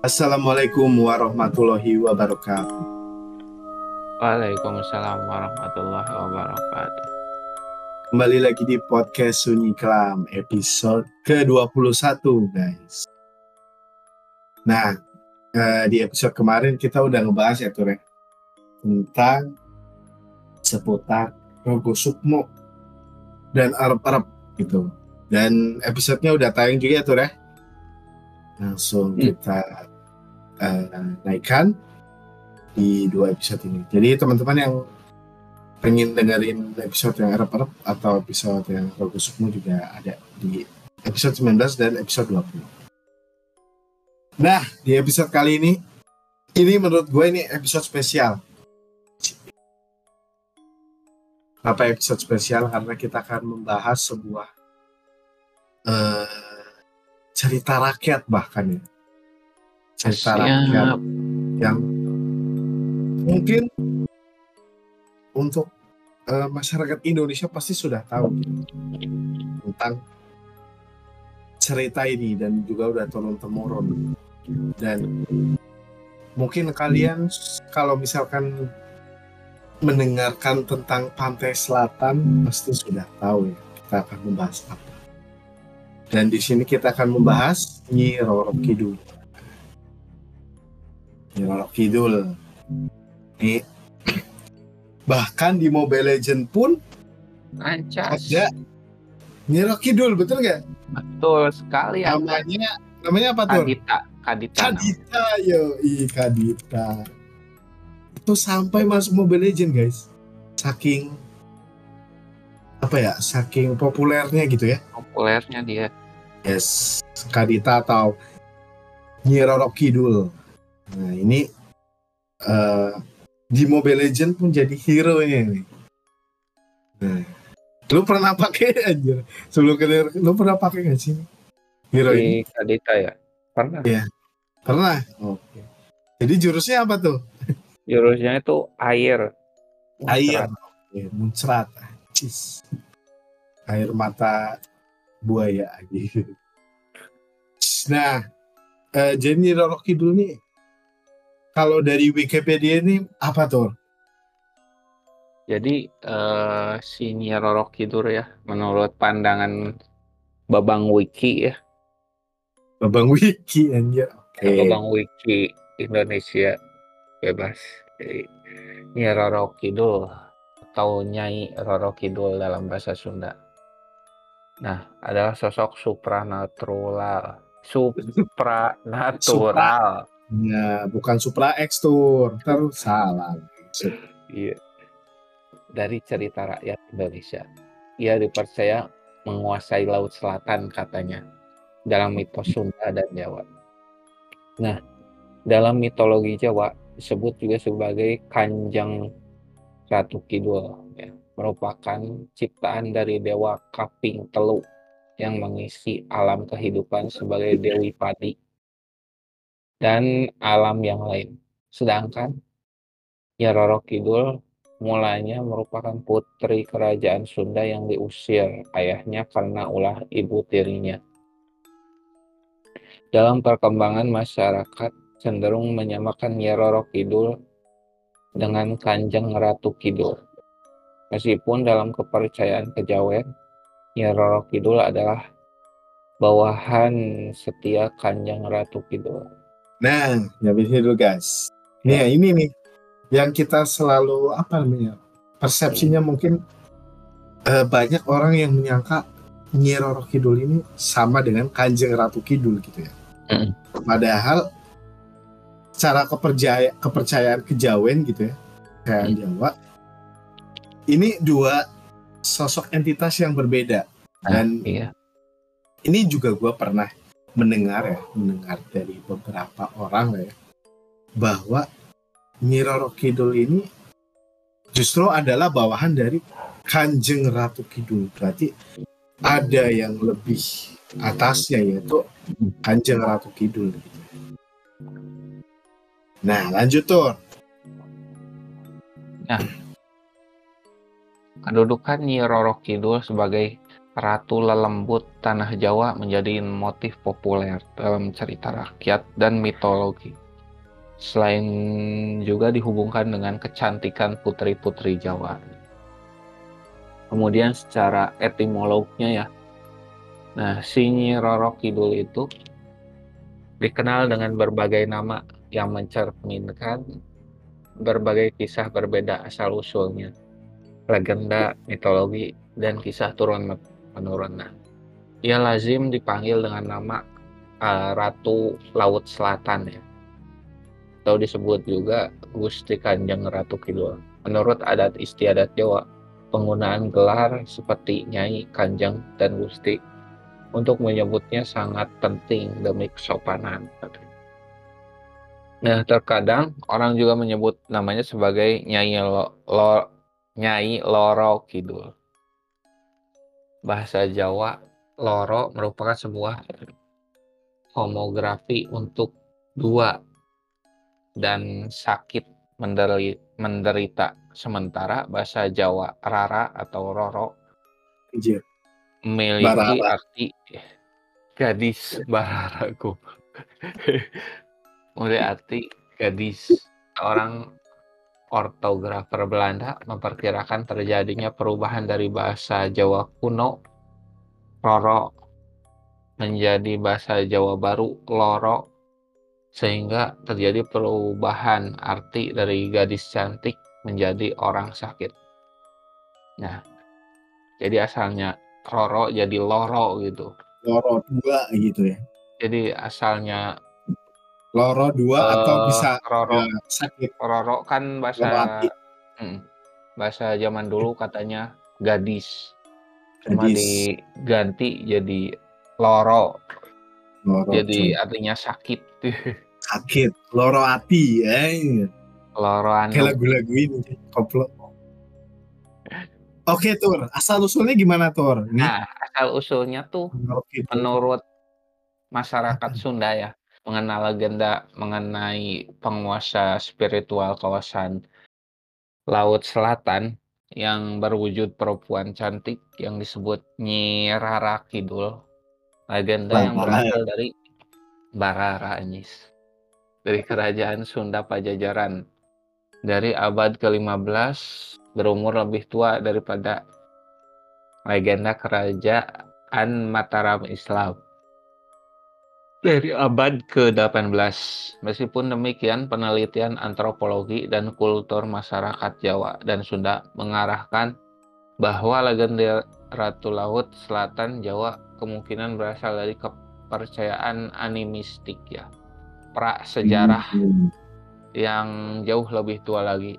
Assalamualaikum warahmatullahi wabarakatuh. Waalaikumsalam warahmatullahi wabarakatuh. Kembali lagi di podcast Sunyi Kelam episode ke-21 guys. Nah, di episode kemarin kita udah ngebahas ya Tur, tentang seputar Rogo Sukmo dan Arab-Arab gitu. Dan episodenya udah tayang juga ya Tur. Langsung kita naikkan di 2 episode ini. Jadi teman-teman yang pengen dengerin episode yang Arab-Arab atau episode yang Rogo Sukmo juga ada di episode 19 dan episode 20. Nah, di episode kali ini menurut gue ini episode spesial. Apa episode spesial? Karena kita akan membahas sebuah cerita rakyat bahkan ya. Cerita rakyat yang mungkin untuk masyarakat Indonesia pasti sudah tahu tentang cerita ini dan juga udah turun-temurun. Dan mungkin kalian kalau misalkan mendengarkan tentang Pantai Selatan pasti sudah tahu ya kita akan membahas apa. Dan di sini kita akan membahas Nyi Roro Kidul. Nyi Roro Kidul. Ini bahkan di Mobile Legends pun ada Nyi Roro Kidul, betul nggak? Betul sekali. Namanya apa tuh? Kadita. Kadita. Itu sampai masuk Mobile Legends guys. Saking populernya gitu ya. Populernya dia. Yes, Kadita atau Nyi Roro Kidul. Nah ini di Mobile Legends pun jadi hero-nya nih. Nah, lu pernah pakai aja? Sebelum kenal, lu pernah pakai nggak sih hero ini? Kadita ya? Pernah. Iya, pernah. Oke. Jadi jurusnya apa tuh? Jurusnya itu air. Muncrat. Air mata buaya gitu. Nah, Nyi Roro Kidul nih kalau dari Wikipedia ini apa tuh? Jadi si Nyi Roro Kidul ya, menurut pandangan Babang Wiki ya. Babang Wiki anjir. Okay. Babang Wiki Indonesia bebas. Jadi Nyi Roro Kidul atau Nyai Roro Kidul dalam bahasa Sunda. Nah, adalah sosok supranatural. Ya, bukan Supra X Tur. Terus salah. Iya. Dari cerita rakyat Indonesia. Ia dipercaya menguasai Laut Selatan katanya. Dalam mitos Sunda dan Jawa. Nah, dalam mitologi Jawa disebut juga sebagai Kanjeng Ratu Kidul. Ya, merupakan ciptaan dari Dewa Kaping Telu yang mengisi alam kehidupan sebagai Dewi Padi dan alam yang lain. Sedangkan Nyi Roro Kidul mulanya merupakan putri kerajaan Sunda yang diusir ayahnya karena ulah ibu tirinya. Dalam perkembangan masyarakat cenderung menyamakan Nyi Roro Kidul dengan Kanjeng Ratu Kidul. Meskipun dalam kepercayaan kejawen, Nyi Roro Kidul adalah bawahan setia Kanjeng Ratu Kidul. Nah, habis ini dulu guys. Nih, ini nih yang kita selalu persepsinya mungkin banyak orang yang menyangka Nyi Roro Kidul ini sama dengan Kanjeng Ratu Kidul gitu ya. Padahal cara kepercayaan kejawen gitu ya, kayak Jawa, ini dua sosok entitas yang berbeda. Dan ini juga gue pernah mendengar dari beberapa orang ya, bahwa Nyi Roro Kidul ini justru adalah bawahan dari Kanjeng Ratu Kidul. Berarti ada yang lebih atasnya, yaitu Kanjeng Ratu Kidul gitu. Nah, lanjut tuh. Nah, kedudukan Nyi Roro Kidul sebagai Ratu Lelembut Tanah Jawa menjadi motif populer dalam cerita rakyat dan mitologi. Selain juga dihubungkan dengan kecantikan putri-putri Jawa. Kemudian secara etimolognya ya. Nah, si Nyi Roro Kidul itu dikenal dengan berbagai nama yang mencerminkan berbagai kisah berbeda asal-usulnya, legenda, mitologi, dan kisah turun-menurun. Nah, ia lazim dipanggil dengan nama Ratu Laut Selatan ya, atau disebut juga Gusti Kanjeng Ratu Kidul. Menurut adat istiadat Jawa, penggunaan gelar seperti Nyai, Kanjeng, dan Gusti untuk menyebutnya sangat penting demi kesopanan. Nah, terkadang orang juga menyebut namanya sebagai Nyai Loro Kidul. Bahasa Jawa, loro merupakan sebuah homografi untuk dua dan sakit menderita. Sementara bahasa Jawa rara atau roro Anjir. memiliki Barara. arti gadis bararaku. Memiliki arti gadis. Seorang ortografer Belanda memperkirakan terjadinya perubahan dari bahasa Jawa kuno roro menjadi bahasa Jawa baru loro, sehingga terjadi perubahan arti dari gadis cantik menjadi orang sakit. Nah, jadi asalnya roro jadi loro gitu. Loro 2 gitu ya. Jadi asalnya Loro 2 atau bisa roro sakit. roro kan Loro hati. bahasa zaman dulu katanya gadis. Cuma Gadis. diganti jadi loro. Loro Jadi coy. artinya sakit. Sakit. Loro hati. Loro Kayak anu. lagu-lagu ini. Koplo. Oke, Tur. Asal usulnya gimana, Tur? Nih. Nah, asal usulnya tuh Gitu. menurut Apa? masyarakat Sunda ya, mengenal legenda mengenai penguasa spiritual kawasan Laut Selatan yang berwujud perempuan cantik yang disebut Nyi Rara Kidul. Legenda yang berasal dari Barara Anyis, dari kerajaan Sunda Pajajaran. Dari abad ke-15, berumur lebih tua daripada legenda kerajaan Mataram Islam. Dari abad ke-18. Meskipun demikian, penelitian antropologi dan kultur masyarakat Jawa dan Sunda mengarahkan bahwa legenda Ratu Laut Selatan Jawa kemungkinan berasal dari kepercayaan animistik ya, prasejarah yang jauh lebih tua lagi.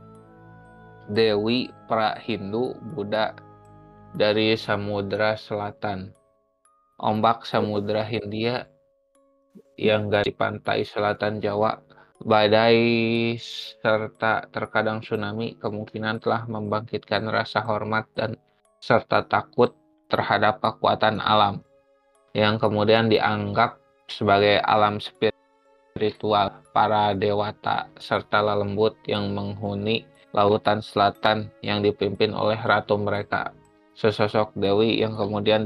Dewi pra-Hindu Buddha dari Samudra Selatan. Ombak Samudra Hindia yang dari pantai selatan Jawa, badai serta terkadang tsunami kemungkinan telah membangkitkan rasa hormat dan serta takut terhadap kekuatan alam yang kemudian dianggap sebagai alam spiritual para dewata serta lelembut yang menghuni lautan selatan yang dipimpin oleh ratu mereka. Sesosok dewi yang kemudian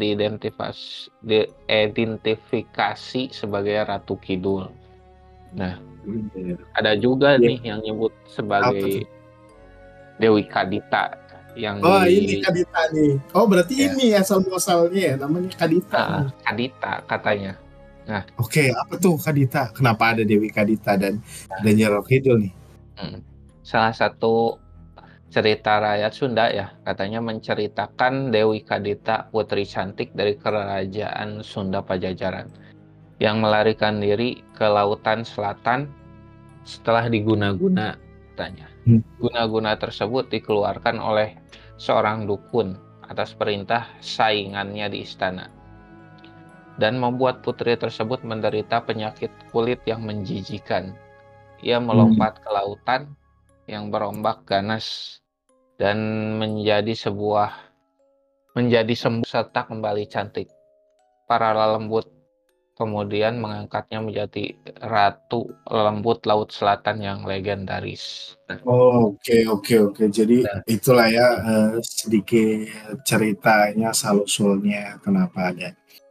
diidentifikasi sebagai Ratu Kidul. Nah, ada juga nih yang nyebut sebagai Dewi Kadita yang ini Kadita nih. Oh, berarti ya, ini asal-muasalnya ya, namanya Kadita. Kadita katanya. Nah, Oke, apa tuh Kadita? Kenapa ada Dewi Kadita dan Nyi Roro Kidul nih? Salah satu cerita rakyat Sunda ya, katanya menceritakan Dewi Kadita, putri cantik dari kerajaan Sunda Pajajaran, yang melarikan diri ke lautan selatan setelah diguna-guna, katanya. Guna-guna tersebut dikeluarkan oleh seorang dukun atas perintah saingannya di istana, dan membuat putri tersebut menderita penyakit kulit yang menjijikan. Ia melompat ke lautan yang berombak ganas dan menjadi sembuh serta kembali cantik. Para lelembut kemudian mengangkatnya menjadi Ratu Lembut Laut Selatan yang legendaris. Oke. Jadi Nah, itulah ya sedikit ceritanya asal-usulnya kenapa ada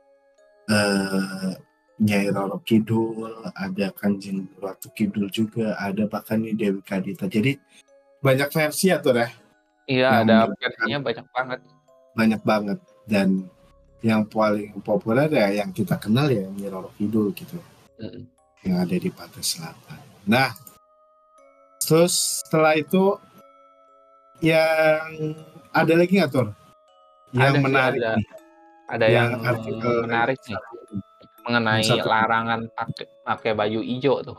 Nyai Roro Kidul, ada Kanjeng Ratu Kidul juga, ada bahkan nih Dewi Kadita. Jadi banyak versi ya tuh iya yang ada menjelaskan versinya banyak banget. banyak banget dan yang paling populer ya yang kita kenal ya Nyai Roro Kidul gitu Mm. yang ada di Pantai Selatan. Nah, terus setelah itu yang ada lagi nggak Tor? Yang Ada sih menarik nih, ada yang yang artikel yang menarik nih yang mengenai satu. larangan pakai baju hijau tuh.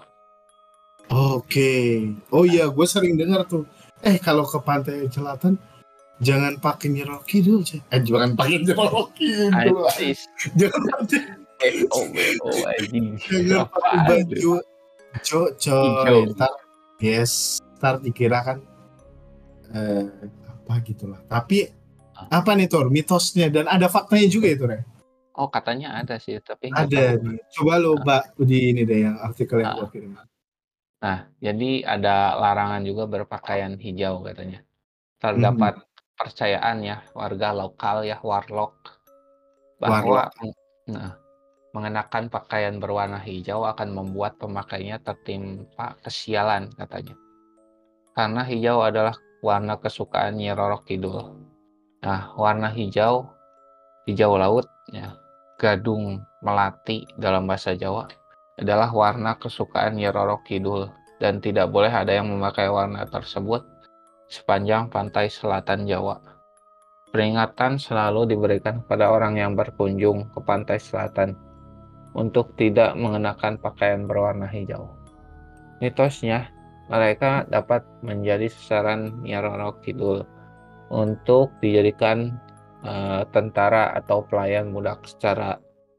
Oke. Oh iya, gue sering dengar tuh. Kalau ke Pantai Selatan jangan pakai Nyi Roro Kidul, Cek. Jangan pakai Nyi Roro Kidul. Anjis, Jangan pakai BO anjing. jangan pakai Apaan tuh? baju coy. Hijau. Ntar dikira kan eh, apa gitulah. Tapi apa nih Tor mitosnya dan ada faktanya juga itu Re. Oh katanya ada sih, tapi nggak Ada tahu. nih. Coba lo Mbak di ini deh yang artikel yang gue Nah, kirim. nah, jadi ada larangan juga berpakaian hijau katanya. Mhm. Terdapat percayaan ya warga lokal ya warlock bahwa Warlock. nah, mengenakan pakaian berwarna hijau akan membuat pemakainya tertimpa kesialan katanya. Karena hijau adalah warna kesukaan Nyi Roro Kidul. Nah, warna hijau, hijau laut, ya, gadung melati dalam bahasa Jawa, adalah warna kesukaan Nyi Roro Kidul dan tidak boleh ada yang memakai warna tersebut sepanjang pantai selatan Jawa. Peringatan selalu diberikan kepada orang yang berkunjung ke pantai selatan untuk tidak mengenakan pakaian berwarna hijau. Mitosnya, mereka dapat menjadi sasaran Nyi Roro Kidul untuk dijadikan tentara atau pelayan budak secara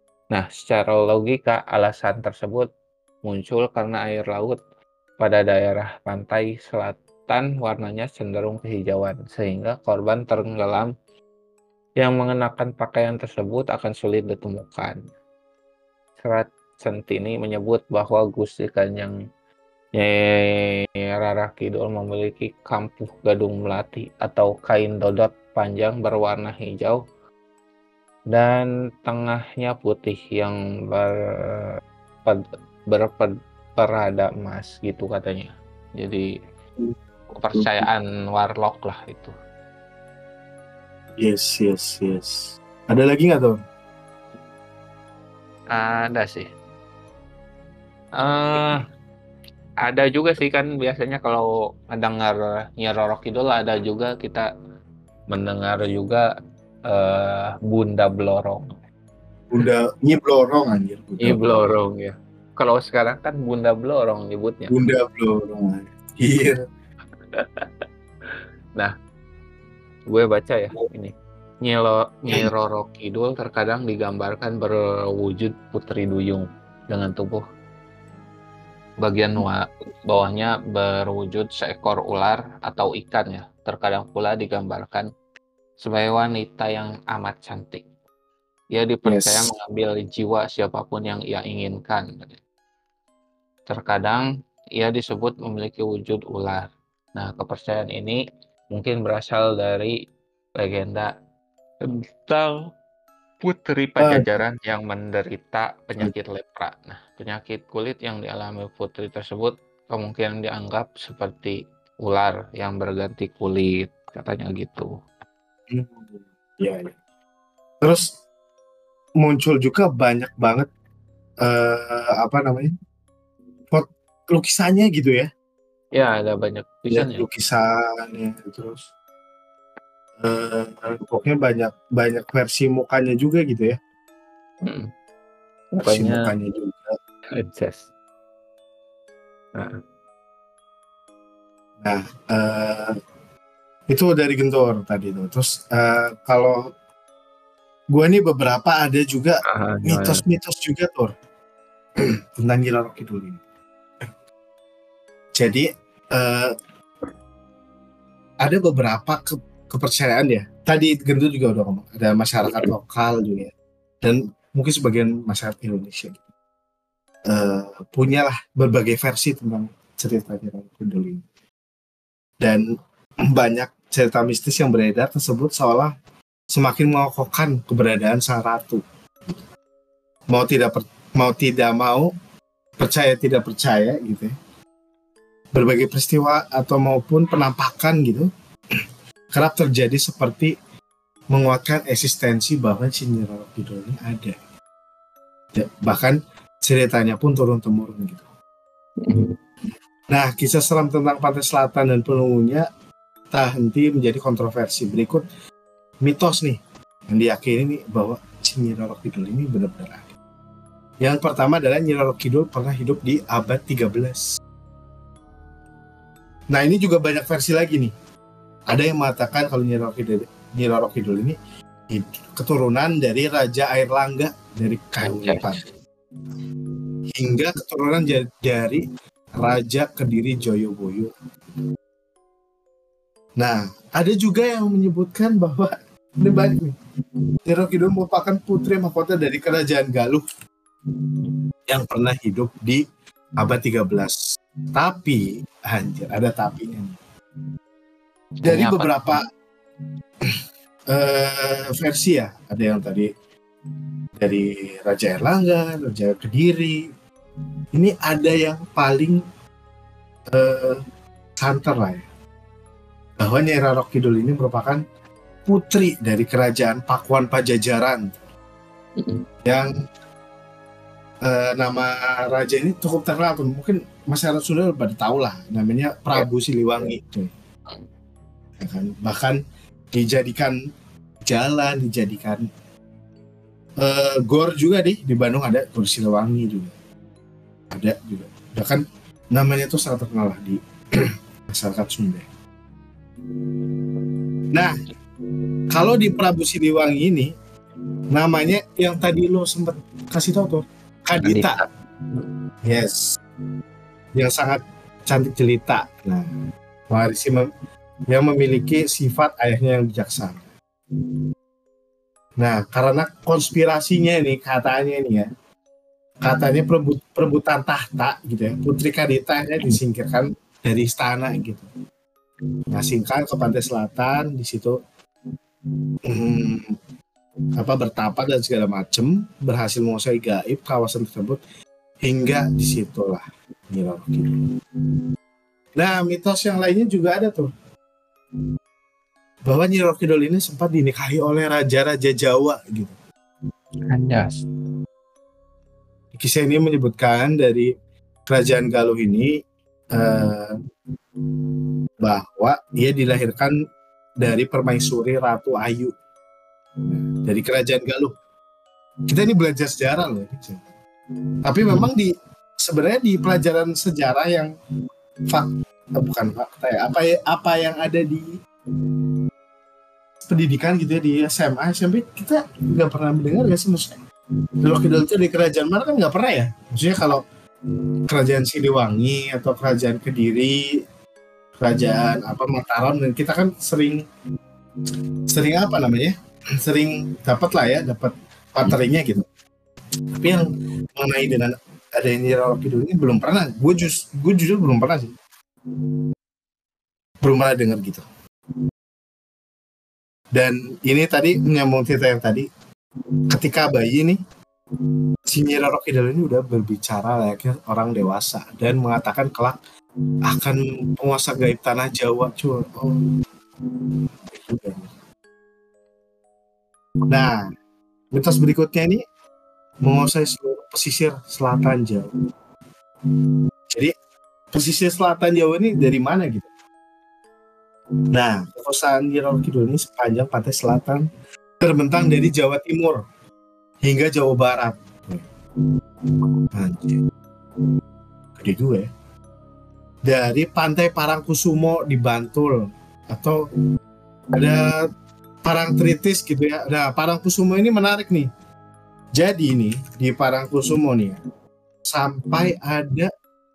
logika alasan tersebut muncul karena air laut pada daerah pantai selatan warnanya cenderung kehijauan sehingga korban tenggelam yang mengenakan pakaian tersebut akan sulit ditemukan. Serat Centini menyebut bahwa Gusti Kanjeng Nyai Rara Kidul memiliki kampuh gadung melati atau kain dodot panjang berwarna hijau dan tengahnya putih yang berperada emas gitu katanya. Jadi kepercayaan warlock lah itu. Yes. Ada lagi nggak Tor? Ada sih. Ada juga sih kan biasanya kalau mendengar Nyi Roro Kidul ada juga kita mendengar juga Bunda Blorong. Bunda Nyi Blorong anjir. Nyi Blorong ya. Kalau sekarang kan Bunda Blorong nyebutnya. Bunda Blorong. Iya. Nah, gue baca ya ini. Nyi Roro Kidul terkadang digambarkan berwujud putri duyung dengan tubuh bagian bawahnya berwujud seekor ular atau ikan ya. Terkadang pula digambarkan sebagai wanita yang amat cantik. Ia dipercaya Yes. mengambil jiwa siapapun yang ia inginkan. Terkadang ia disebut memiliki wujud ular. Nah, kepercayaan ini mungkin berasal dari legenda tentang putri Pajajaran yang menderita penyakit lepra. Nah, penyakit kulit yang dialami putri tersebut kemungkinan dianggap seperti ular yang berganti kulit, katanya gitu. Iya. Terus muncul juga banyak banget apa namanya lukisannya gitu ya. Ya, ada banyak Lihat lukisannya. lukisannya terus pokoknya banyak versi mukanya juga gitu ya. Versi mukanya juga. Adjust. Nah, itu dari Gentor tadi tuh. Terus kalau gue nih beberapa ada juga mitos-mitos juga Tor tentang Nyi Roro Kidul ini. Jadi ada beberapa kepercayaan ya. Tadi Gentur juga udah ngomong ada masyarakat lokal juga ya. Dan mungkin sebagian masyarakat Indonesia punyalah berbagai versi tentang cerita Nyi Roro Kidul ini. Dan banyak cerita mistis yang beredar tersebut seolah semakin mengokohkan keberadaan sang ratu. Mau tidak mau, percaya tidak percaya gitu ya. Berbagai peristiwa atau maupun penampakan gitu kerap terjadi seperti menguatkan eksistensi bahwa Nyi Roro Kidul ini ada. Bahkan ceritanya pun turun-temurun gitu. Nah, kisah seram tentang Pantai Selatan dan penunggunya tak henti menjadi kontroversi. Berikut mitos nih yang diyakini nih bahwa Nyi Roro Kidul ini benar-benar ada. Yang pertama adalah Nyi Roro Kidul pernah hidup di abad 13. Nah, ini juga banyak versi lagi nih. Ada yang mengatakan kalau Nyi Roro Kidul ini keturunan dari Raja Airlangga dari Kahuripan, hingga keturunan dari Raja Kediri Joyoboyo. Nah, ada juga yang menyebutkan bahwa ini balik nih, Nyi Roro Kidul merupakan putri mahkota dari Kerajaan Galuh yang pernah hidup di abad 13. Tapi, anjir, ada tapinya nih. Dari beberapa versi ya, ada yang tadi dari Raja Airlangga, Raja Kediri. Ini ada yang paling santer lah ya, bahwa Nyi Roro Kidul ini merupakan putri dari Kerajaan Pakuan Pajajaran yang nama raja ini cukup terkenal, mungkin masyarakat Sunda pada tahu lah, namanya Prabu Siliwangi. Ya kan? Bahkan dijadikan jalan, dijadikan gor juga di Bandung ada Gor Siliwangi juga. Ada juga. Bahkan namanya itu sangat terkenal lah di masyarakat Sunda. Nah, kalau di Prabu Siliwangi ini namanya yang tadi lo sempat kasih tahu tuh, Kadita. Yes. Yang sangat cantik jelita. Nah, mewarisi yang memiliki sifat ayahnya yang bijaksana. Nah, karena konspirasinya nih katanya nih ya, katanya perebutan tahta gitu ya, Putri Kadita ya disingkirkan dari istana gitu, ngasingkan ke Pantai Selatan, di situ bertapa dan segala macam, berhasil menguasai gaib kawasan tersebut, hingga disitulah Nyi Roro Kidul. Nah, mitos yang lainnya juga ada tuh, bahwa Nyi Roro Kidul ini sempat dinikahi oleh raja-raja Jawa gitu. Anjas. Kisah ini menyebutkan dari Kerajaan Galuh ini bahwa dia dilahirkan dari permaisuri Ratu Ayu dari Kerajaan Galuh. Kita ini belajar sejarah loh. Tapi memang sebenarnya di pelajaran sejarah yang bukan fakta ya, apa yang ada di pendidikan gitu ya, di SMA, SMP, kita nggak pernah mendengar ya sih, maksudnya Roro Kidul itu di kerajaan mana kan nggak pernah ya. Maksudnya kalau Kerajaan Siliwangi atau Kerajaan Kediri, Kerajaan Mataram, dan kita kan sering sering dapat materinya gitu. Tapi yang mengenai dengan adanya Roro Kidul ini belum pernah. Gue jujur belum pernah sih. Belum pernah dengar gitu. Dan ini tadi menyambung cerita yang tadi, ketika bayi nih, si Nyi Roro Kidul ini udah berbicara layaknya orang dewasa dan mengatakan kelak akan penguasa gaib tanah Jawa, cuy. Nah, mitos berikutnya ini menguasai seluruh pesisir selatan Jawa. Jadi pesisir selatan Jawa ini dari mana gitu? Nah, kekuasaan Nyi Roro Kidul ini sepanjang pantai selatan terbentang dari Jawa Timur hingga Jawa Barat. Anjir. Gede juga ya. Dari pantai Parangkusumo di Bantul, atau ada Parangtritis gitu ya. Nah, Parangkusumo ini menarik nih. Jadi ini di Parangkusumo nih sampai ada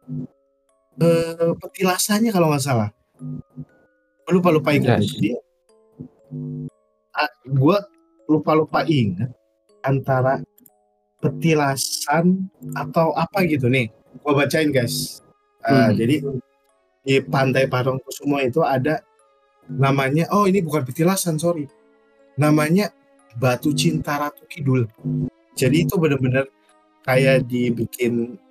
petilasannya kalau nggak salah. Lupa ingat. Jadi gue lupa ingat antara petilasan atau apa gitu nih. Gua bacain guys. Jadi di Pantai Parangkusumo itu ada namanya, oh ini bukan petilasan, sorry. Namanya Batu Cinta Ratu Kidul. Jadi itu benar-benar kayak dibikin,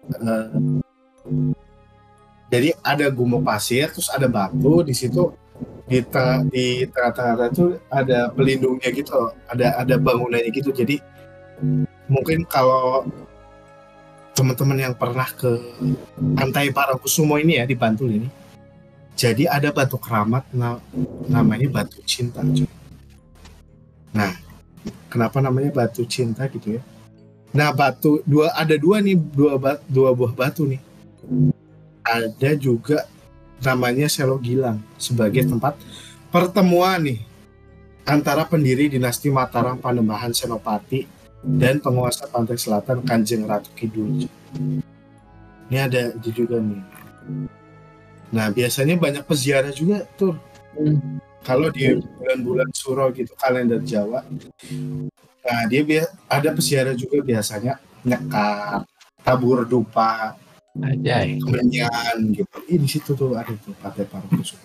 jadi ada gumuk pasir, terus ada batu di situ, di tengah-tengah itu ada pelindungnya gitu, ada bangunannya gitu. Jadi mungkin kalau teman-teman yang pernah ke Pantai Parangkusumo ini ya di Bantul ini, jadi ada batu keramat namanya Batu Cinta. Nah, kenapa namanya Batu Cinta gitu ya? Nah, ada dua buah batu nih. Ada juga namanya Selo Gilang sebagai tempat pertemuan nih antara pendiri dinasti Mataram Panembahan Senopati dan penguasa pantai selatan Kanjeng Ratu Kidul. Ini ada juga nih. Nah, biasanya banyak peziarah juga tuh. Kalau di bulan-bulan Suro gitu, kalender Jawa. Nah, dia ada peziarah juga biasanya nyekar, tabur dupa, kemenyan gitu. Di situ tuh ada tuh Pantai Parangkusumo.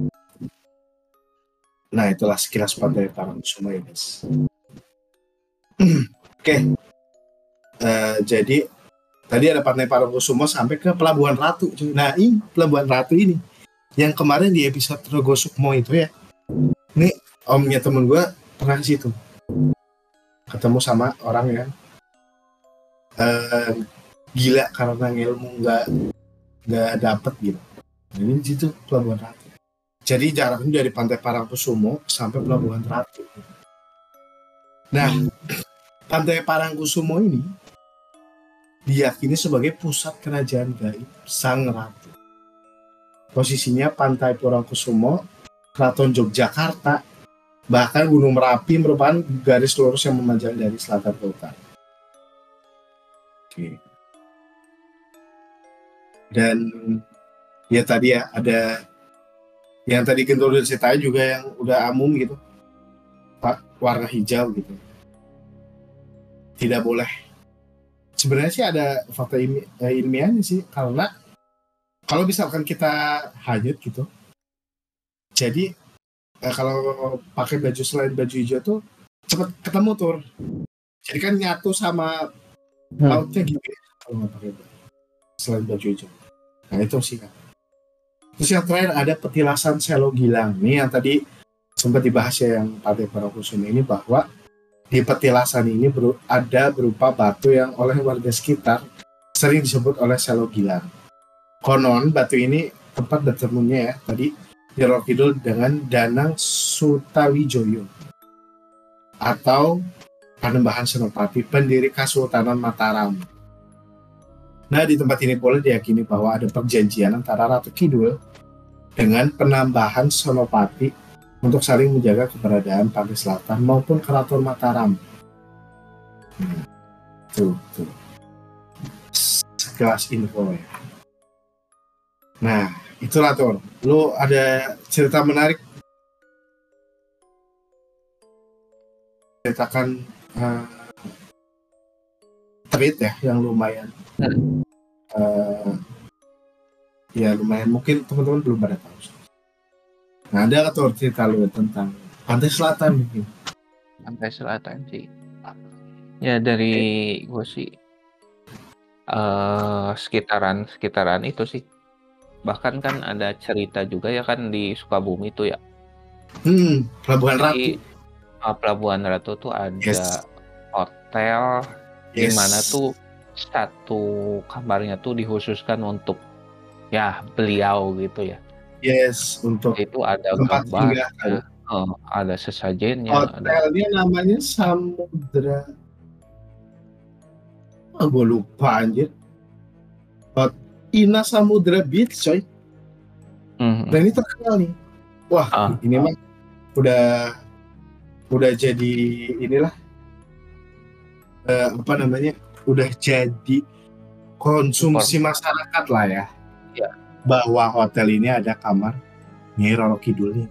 Nah, itulah sekilas Pantai Parangkusumo ya guys. Oke. Jadi tadi ada Pantai Parangkusumo sampai ke Pelabuhan Ratu. Nah, ini Pelabuhan Ratu ini yang kemarin di episode Rogo Sukmo itu ya. Ini omnya temen gue pernah ke situ. Ketemu sama orang yang gila karena ilmu nggak dapet gitu. Jadi di situ Pelabuhan Ratu. Jadi jaraknya dari Pantai Parangkusumo sampai Pelabuhan Ratu. Nah, Pantai Parangkusumo ini diyakini sebagai pusat kerajaan gaib Sang Ratu. Posisinya Pantai Parangkusumo, Keraton Yogyakarta, bahkan Gunung Merapi merupakan garis lurus yang memanjang dari selatan ke utara. Oke. Dan ya tadi ya ada yang tadi Gentur udah ceritain juga yang udah umum gitu, warna hijau gitu. Tidak boleh. Sebenarnya sih ada fakta ilmiahnya sih, karena kalau misalkan kita hanyut gitu, jadi kalau pakai baju selain baju hijau tuh cepet ketemu tuh. Jadi kan nyatu sama lautnya gitu ya, kalau nggak pakai baju selain baju hijau. Nah itu sih kan. Terus yang terakhir ada petilasan Selo Gilang. Ini yang tadi sempat dibahas ya yang Pantai Parangkusumo ini, bahwa di petilasan ini ada berupa batu yang oleh warga sekitar sering disebut oleh Selo Gilang. Konon batu ini tempat bertemunya ya tadi Nyiro Kidul dengan Danang Sutawijoyo atau Panembahan Senopati, pendiri Kesultanan Mataram. Nah, di tempat ini boleh diyakini bahwa ada perjanjian antara Ratu Kidul dengan Penambahan Senopati untuk saling menjaga keberadaan pantai selatan maupun Keraton Mataram. Tuh. Sekelas info ya. Nah, itulah tuh. Lu ada cerita menarik? Ceritakan tweet ya yang lumayan. Ya lumayan, mungkin teman-teman belum pada tahu. Nah, ada tuh cerita lu tentang pantai selatan mungkin. Pantai selatan sih. Ya dari gue sih sekitaran itu sih. Bahkan kan ada cerita juga ya kan di Sukabumi tuh ya. Pelabuhan Ratu. Pelabuhan Ratu tuh ada hotel di mana tuh satu kamarnya tuh dikhususkan untuk ya beliau gitu ya. Yes, untuk itu ada tempat gambarnya, ada sesajennya. Hotelnya namanya Samudra. Gue lupa anjir. Ina Samudra Beach coy. Dan ini terkenal nih. Wah, ini mah udah jadi inilah udah jadi konsumsi masyarakat lah ya. Bahwa hotel ini ada kamar Nyai Roro Kidulnya.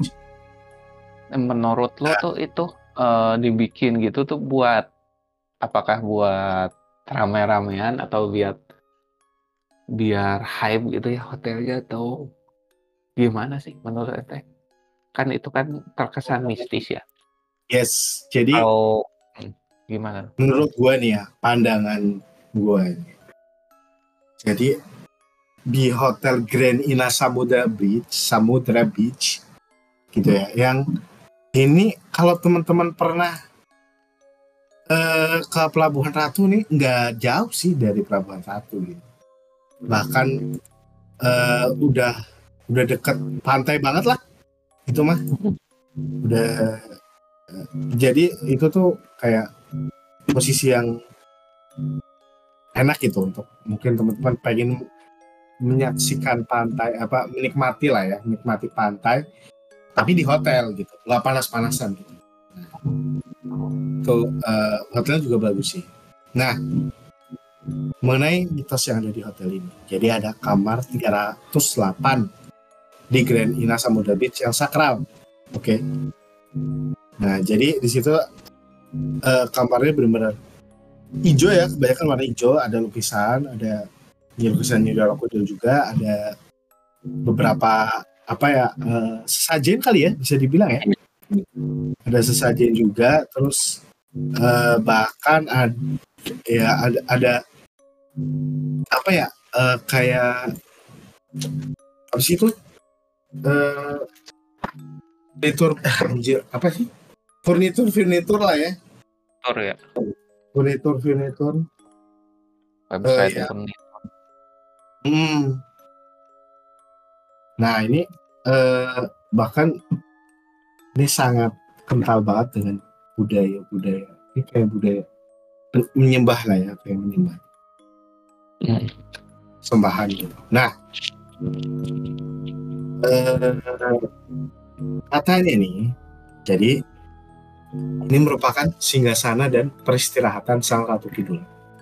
Menurut lo tuh itu dibikin gitu tuh apakah buat rame-ramean atau biar hype gitu ya hotelnya atau gimana sih menurut Ete? Kan itu kan terkesan mistis ya. Yes, jadi Kalau gimana? menurut gua nih ya, pandangan gua ini. Jadi di Hotel Grand Ina Samudra Beach gitu ya, yang ini kalau teman-teman pernah ke Pelabuhan Ratu nih, nggak jauh sih dari Pelabuhan Ratu gitu. Bahkan udah deket pantai banget lah itu mah. Udah jadi itu tuh kayak posisi yang enak gitu untuk mungkin teman-teman pengen menyaksikan pantai, menikmati lah ya, menikmati pantai tapi di hotel gitu, nggak panas-panasan gitu. Tuh hotelnya juga bagus sih. Nah, mengenai mitos yang ada di hotel ini, jadi ada kamar 308 di Grand Ina Samudra Beach yang sakral. Oke. Nah, jadi di situ kamarnya benar-benar hijau ya, kebanyakan warna hijau, ada lukisan New York juga, ada beberapa sesajen kali ya, bisa dibilang ya. Ada sesajen juga, terus bahkan ada kayak apa sih itu furnitur lah ya. Ya. Furnitur. Website Ya. furnitur. Nah ini bahkan ini sangat kental banget dengan budaya. Ini kayak budaya menyembah lah ya, kayak menyembah. Sembahan gitu. Nah, katanya nih, jadi ini merupakan singgasana dan peristirahatan Sang Ratu Kidul.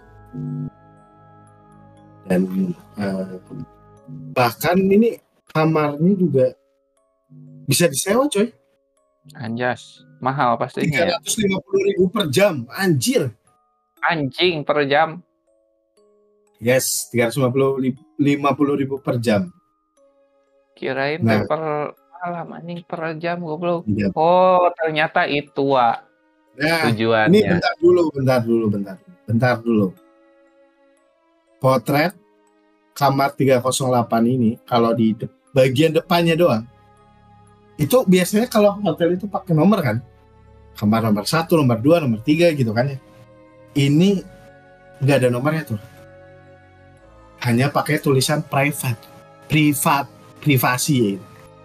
Dan bahkan ini kamarnya juga bisa disewa, coy. Anjas, mahal pastinya. 350.000 per jam, anjir. Anjing per jam. Yes, 350.000 per jam. Kirain per malam, anjing per jam goblok. Iya. Oh, ternyata itu tujuannya. Ini bentar dulu. Potret kamar 308 ini kalau di bagian depannya doang, itu biasanya kalau hotel itu pakai nomor kan, kamar nomor 1, nomor 2, nomor 3 gitu kan ya. Ini nggak ada nomornya tuh, hanya pakai tulisan privasi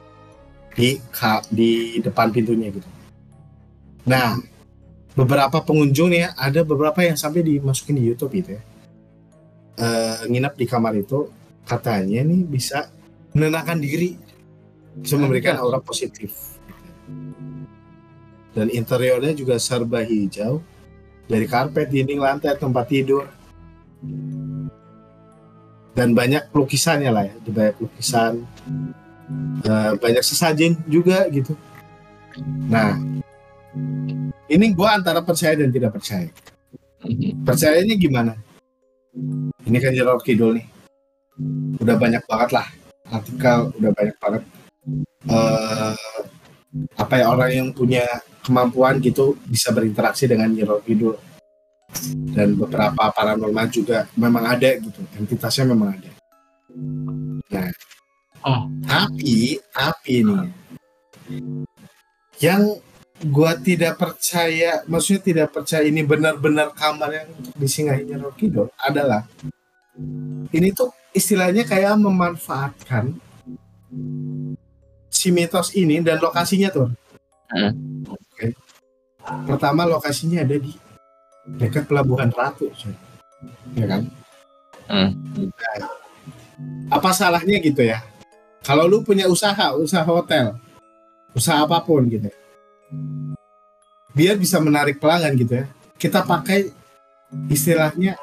di depan pintunya gitu. Nah, beberapa pengunjung nih ya, ada beberapa yang sampai dimasukin di YouTube gitu ya, nginep di kamar itu, katanya nih bisa menenangkan diri, bisa memberikan aura positif. Dan interiornya juga serba hijau, dari karpet, dinding, lantai, tempat tidur, dan banyak lukisannya lah ya, banyak lukisan, banyak sesajen juga gitu. Nah, ini gue antara percaya dan tidak percaya. Percayanya gimana? Ini kan Nyi Roro Kidul nih, udah banyak banget lah artikel, udah banyak banget orang yang punya kemampuan gitu bisa berinteraksi dengan Nyi Roro Kidul, dan beberapa paranormal juga memang ada gitu, entitasnya memang ada. Nah, tapi nih yang gua tidak percaya, maksudnya tidak percaya ini benar-benar kamar yang disinggahi Nyi Roro Kidul adalah ini tuh istilahnya kayak memanfaatkan si mitos ini dan lokasinya tuh. Okay. Pertama, lokasinya ada di dekat Pelabuhan Ratu, ya kan? Nah, apa salahnya gitu ya? Kalau lu punya usaha hotel, usaha apapun gitu, biar bisa menarik pelanggan gitu ya, kita pakai istilahnya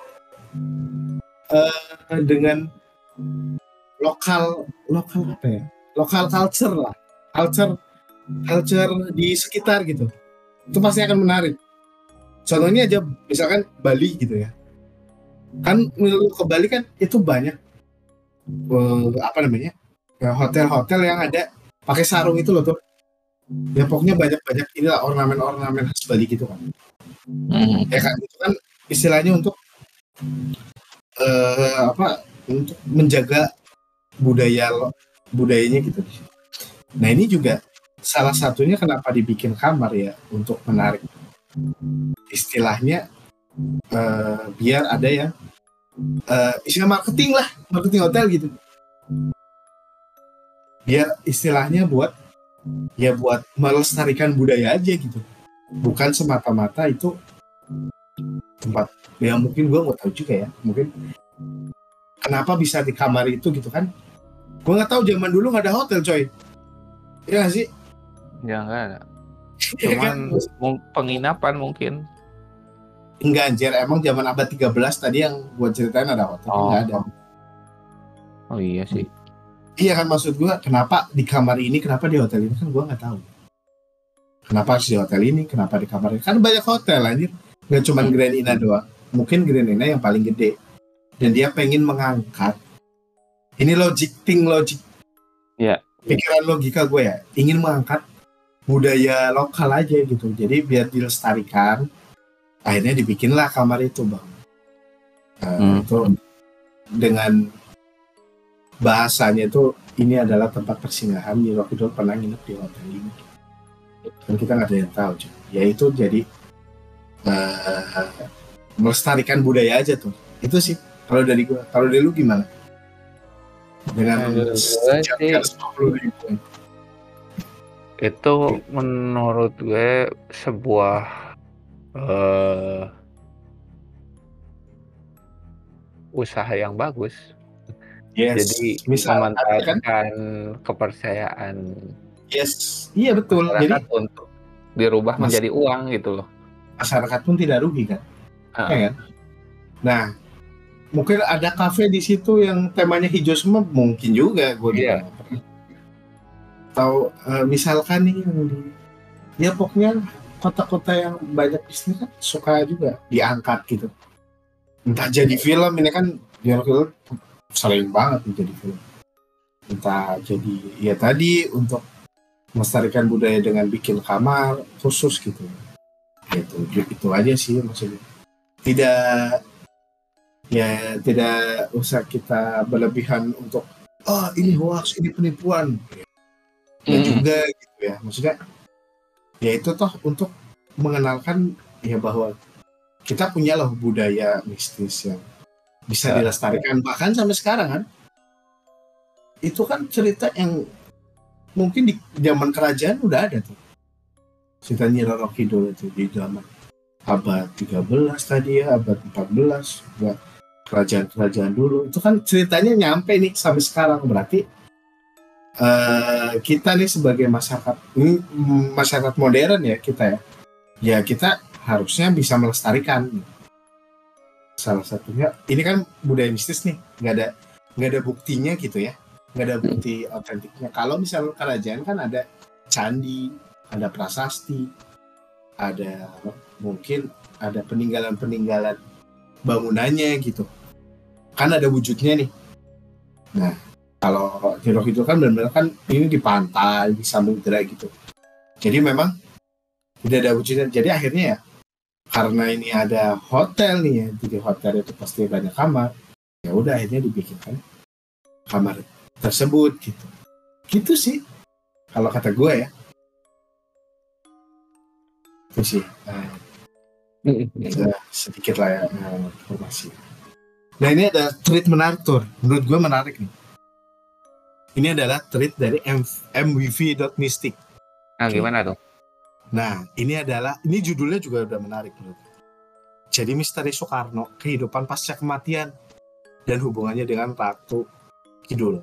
dengan lokal apa ya? Lokal culture lah, culture di sekitar gitu, itu pasti akan menarik. Contohnya aja misalkan Bali gitu ya, Kan lu ke Bali kan itu banyak apa namanya hotel-hotel yang ada pakai sarung itu loh tuh. Ya pokoknya banyak inilah ornamen-ornamen khas Bali gitu kan. Ya kan itu kan istilahnya untuk untuk menjaga budayanya gitu. Nah ini juga salah satunya kenapa dibikin kamar ya, untuk menarik istilahnya biar ada yang istilah marketing hotel gitu, biar istilahnya buat melestarikan budaya aja gitu, bukan semata-mata itu tempat ya. Mungkin gue nggak tahu juga ya, mungkin kenapa bisa di kamar itu gitu kan. Gue nggak tahu, zaman dulu nggak ada hotel coy, ya nggak sih? Ya nggak ada, cuman penginapan mungkin. Enggak anjir, emang zaman abad 13 tadi yang gue ceritain ada hotel, nggak ada. Oh iya sih. Iya kan, maksud gue kenapa di kamar ini, kenapa di hotel ini, kan gue nggak tahu kenapa harus di hotel ini, kenapa di kamar ini. Kan banyak hotel anjir, nggak cuma Grand Ina doang. Mungkin Grand Ina yang paling gede dan dia pengen mengangkat ini logik ya, pikiran logika gue ya, ingin mengangkat budaya lokal aja gitu, jadi biar dilestarikan, akhirnya dibikinlah kamar itu bang. Itu dengan bahasanya itu ini adalah tempat persinggahan Nyi Roro Kidul pernah nginep di hotel ini, dan kita nggak ada yang tahu cuy. Ya itu jadi melestarikan budaya aja tuh, itu sih kalau dari gue. Kalau dari lu gimana dengan sejarah 50.000? Itu menurut gue sebuah usaha yang bagus. Yes. Jadi Misalkan, memanfaatkan kepercayaan iya betul, masyarakat jadi untuk dirubah menjadi uang gitu loh. Masyarakat pun tidak rugi kan, ya kan? Nah, mungkin ada kafe di situ yang temanya hijau semua, mungkin juga gue juga. Atau misalkan nih ya pokoknya kota-kota yang banyak bisnis kan suka juga diangkat gitu, entah jadi film. Ini kan film sering banget jadi film, entah jadi ya tadi untuk melestarikan budaya dengan bikin kamar khusus gitu. Itu aja sih maksudnya. Tidak usah kita berlebihan untuk ini hoax, ini penipuan ya juga gitu ya. Maksudnya ya itu toh untuk mengenalkan ya bahwa kita punya loh budaya mistis yang bisa dilestarikan bahkan sampai sekarang kan. Itu kan cerita yang mungkin di zaman kerajaan udah ada tuh, cerita Nyi Roro Kidul itu di zaman abad 13 tadi ya, abad 14 buat kerajaan-kerajaan dulu. Itu kan ceritanya nyampe nih sampai sekarang. Berarti kita nih sebagai masyarakat modern ya, kita kita harusnya bisa melestarikan. Salah satunya ini kan budaya mistis nih, nggak ada buktinya gitu ya, nggak ada bukti autentiknya. Kalau misalnya kerajaan kan ada candi, ada prasasti, ada mungkin ada peninggalan bangunannya gitu kan, ada wujudnya nih. Nah kalau Nyi Roro Kidul kan benar-benar kan ini di pantai, di samudera gitu, jadi memang tidak ada wujudnya. Jadi akhirnya ya karena ini ada hotel nih ya, jadi hotel itu pasti banyak kamar, ya udah akhirnya dibikinkan kamar tersebut gitu sih kalau kata gue ya. Itu sih sedikit lah ya informasi. Nah ini ada tweet menarik tuh, menurut gue menarik nih. Ini adalah tweet dari mwv.mystic. Nah gimana tuh? Nah ini judulnya juga udah menarik menurut gue. Jadi misteri Soekarno, kehidupan pasca kematian dan hubungannya dengan Ratu Kidul.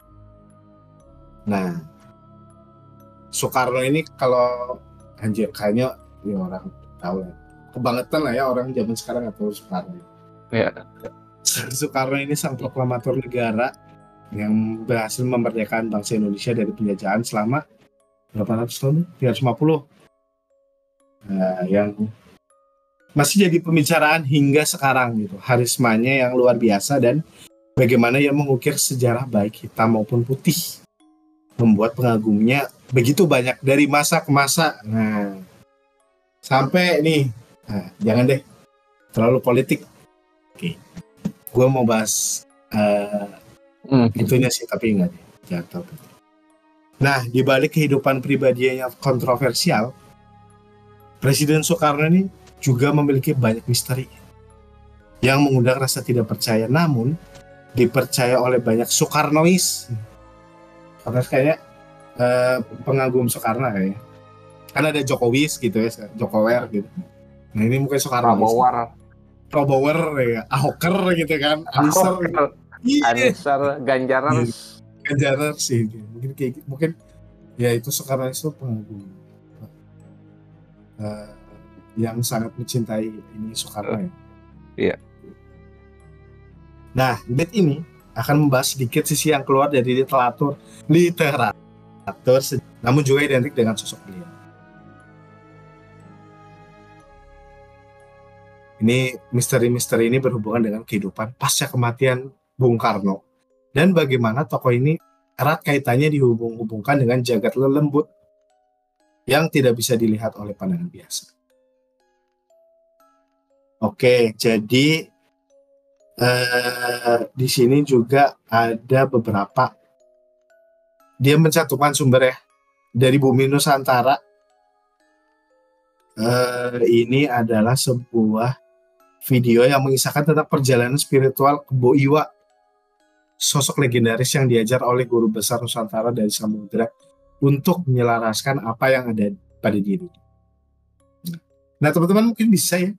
Nah Soekarno ini kalau anjir kayaknya ya orang tahu ya, kebangetan lah ya orang zaman sekarang atau Soekarno. Ya. Soekarno ini sang proklamator negara yang berhasil memerdekakan bangsa Indonesia dari penjajahan selama berapa ratus tahun? 350. Yang masih jadi pembicaraan hingga sekarang gitu. Harismanya yang luar biasa dan bagaimana ia mengukir sejarah baik hitam maupun putih, membuat pengagumnya begitu banyak dari masa ke masa. Nah, sampai nih, jangan deh terlalu politik. Oke, gue mau bahas itunya sih, tapi enggak deh, jangan terlalu. Nah, di balik kehidupan pribadinya kontroversial, Presiden Soekarno ini juga memiliki banyak misteri yang mengundang rasa tidak percaya, namun dipercaya oleh banyak Soekarnois. Karena kayaknya pengagum Soekarno kayaknya. Kan ada Jokowis gitu ya, Jokower gitu. Nah ini mungkin Soekarnois. Prabowo ya, Ahoker gitu kan, Aniser. Aniser, Ganjarers. Ganjarers sih, mungkin kayak gitu. Mungkin ya itu Soekarnois itu pengagum yang sangat mencintai ini Soekarno ya. Iya. Nah, bed ini akan membahas sedikit sisi yang keluar dari literatur, namun juga identik dengan sosok beliau. Ini misteri-misteri ini berhubungan dengan kehidupan pasca kematian Bung Karno dan bagaimana tokoh ini erat kaitannya dihubung-hubungkan dengan jagat lelembut yang tidak bisa dilihat oleh pandangan biasa. Oke, jadi di sini juga ada beberapa. Dia mencantumkan sumber ya dari Bumi Nusantara. Ini adalah sebuah video yang mengisahkan tentang perjalanan spiritual Kebo Iwa, sosok legendaris yang diajar oleh guru besar Nusantara dari Samudra untuk menyelaraskan apa yang ada pada diri. Nah teman-teman mungkin bisa ya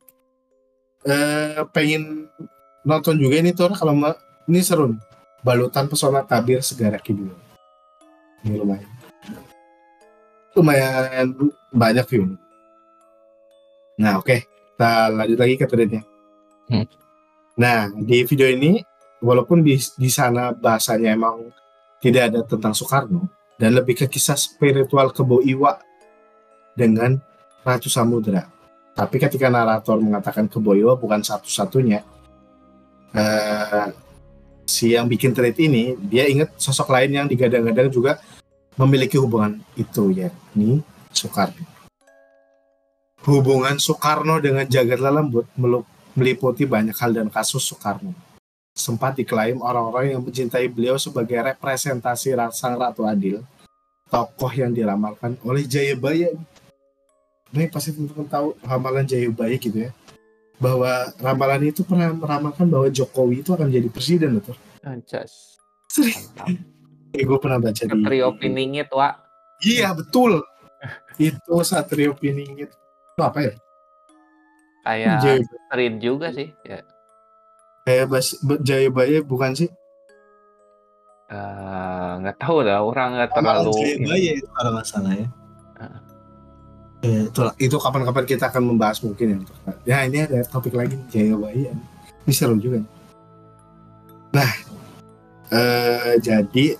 pengen nonton juga ini tuh kalau ini seru nih. Balutan Pesona Tabir Segara Kidul. Ini lumayan banyak view. Nah oke, kita lanjut lagi ke threadnya. Nah di video ini walaupun di sana bahasanya emang tidak ada tentang Soekarno dan lebih ke kisah spiritual Kebo Iwa dengan Ratu Samudra. Tapi ketika narator mengatakan Kebo Iwa bukan satu-satunya, si yang bikin thread ini dia ingat sosok lain yang digadang-gadang juga memiliki hubungan itu, yakni Soekarno. Hubungan Soekarno dengan jagat lelembut meliputi banyak hal dan kasus Soekarno. Sempat diklaim orang-orang yang mencintai beliau sebagai representasi sang Ratu Adil, tokoh yang diramalkan oleh Jayabaya. Ini pasti teman-teman tahu ramalan Jayabaya gitu ya, bahwa ramalan itu pernah meramalkan bahwa Jokowi itu akan jadi presiden, betul? Anjas. Gue pernah baca Satrio Piningit, Wak. Iya betul. Itu Satrio Piningit. Itu apa ya? Kayak street juga sih. Ya. Kayak Jayabaya bukan sih? Nggak tahu dah, orang nggak terlalu. Jayabaya itu kalau nggak salah ya. Itu kapan-kapan kita akan membahas mungkin ya. Ini ada topik lagi Jayabaya. Ini seru juga. Nah, jadi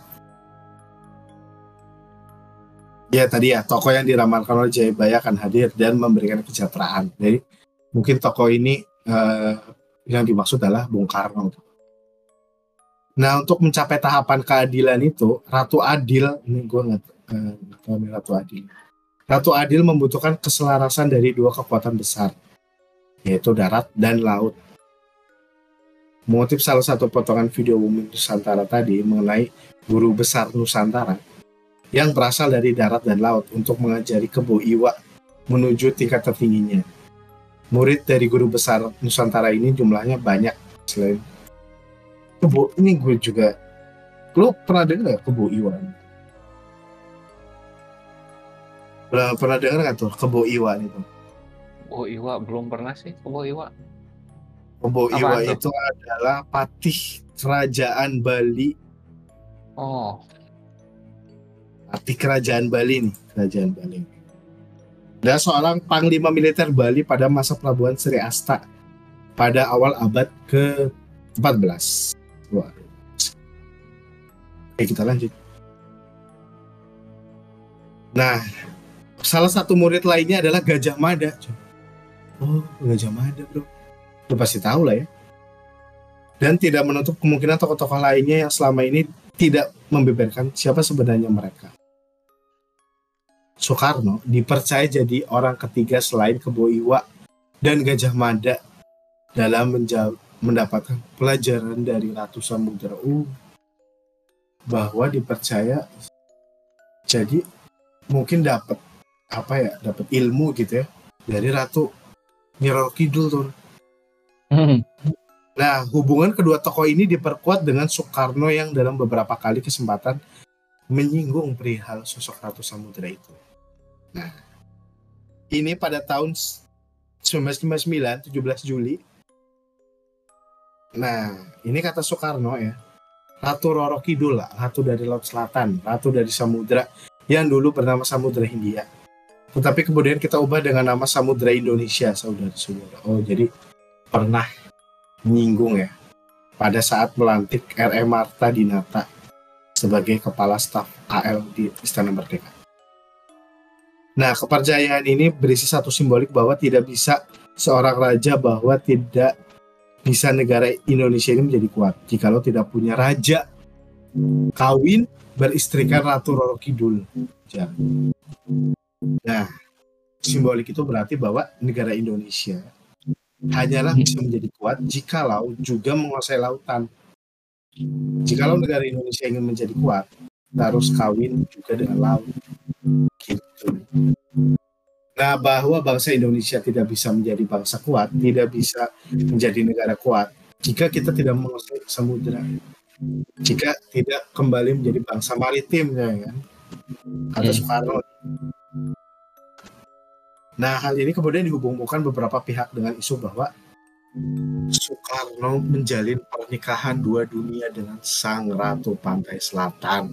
ya tadi ya tokoh yang diramalkan oleh Jayabaya akan hadir dan memberikan kesejahteraan. Jadi mungkin tokoh ini yang dimaksud adalah Bung Karno. Nah, untuk mencapai tahapan keadilan itu, Ratu Adil ini gue nggak tahu Ratu Adil. Ratu Adil membutuhkan keselarasan dari dua kekuatan besar, yaitu darat dan laut. Motif salah satu potongan video Bumi Nusantara tadi mengenai guru besar Nusantara yang berasal dari darat dan laut untuk mengajari Kebo Iwa menuju tingkat tertingginya. Murid dari guru besar Nusantara ini jumlahnya banyak. Selain Kebo ini gue juga, lo pernah dengar Kebo Iwa? Pernah dengar nggak tuh Kebo Iwa itu? Kebo Iwa belum pernah sih. Kebo Iwa. Kebo Iwa itu adalah patih kerajaan Bali. Oh. Patih kerajaan Bali nih, kerajaan Bali. Dia seorang panglima militer Bali pada masa Pelabuhan Sri Asta pada awal abad ke-14. Wah. Oke, kita lanjut. Nah, salah satu murid lainnya adalah Gajah Mada. Oh, Gajah Mada bro. Lu pasti tahu lah ya. Dan tidak menutup kemungkinan tokoh-tokoh lainnya yang selama ini tidak membeberkan siapa sebenarnya mereka. Soekarno dipercaya jadi orang ketiga selain Kebo Iwa dan Gajah Mada dalam mendapatkan pelajaran dari Ratu Samudera. Bahwa dipercaya jadi mungkin dapat dapat ilmu gitu ya dari Ratu Nyi Roro Kidul tuh. Nah, hubungan kedua tokoh ini diperkuat dengan Soekarno yang dalam beberapa kali kesempatan menyinggung perihal sosok Ratu Samudera itu. Nah, ini pada tahun 1959, 17 Juli. Nah, ini kata Soekarno ya, Ratu Roro Kidul lah, ratu dari Laut Selatan, ratu dari Samudera yang dulu bernama Samudera Hindia. Tetapi kemudian kita ubah dengan nama Samudera Indonesia, saudara-saudara. Oh, jadi pernah menyinggung ya pada saat melantik R.E. Marta Dinata sebagai kepala staf AL di Istana Merdeka. Nah, kepercayaan ini berisi satu simbolik bahwa tidak bisa seorang raja, bahwa tidak bisa negara Indonesia ini menjadi kuat jikalau tidak punya raja kawin beristrikan Ratu Roro Kidul. Nah, simbolik itu berarti bahwa negara Indonesia hanyalah bisa menjadi kuat jikalau juga menguasai lautan. Jikalau negara Indonesia ingin menjadi kuat, harus kawin juga dengan laut. Gitu. Nah, bahwa bangsa Indonesia tidak bisa menjadi bangsa kuat, tidak bisa menjadi negara kuat jika kita tidak menguasai samudera, jika tidak kembali menjadi bangsa maritim, ya kan? Kata Soekarno. Nah, hal ini kemudian dihubungkan beberapa pihak dengan isu bahwa Soekarno menjalin pernikahan dua dunia dengan sang Ratu Pantai Selatan.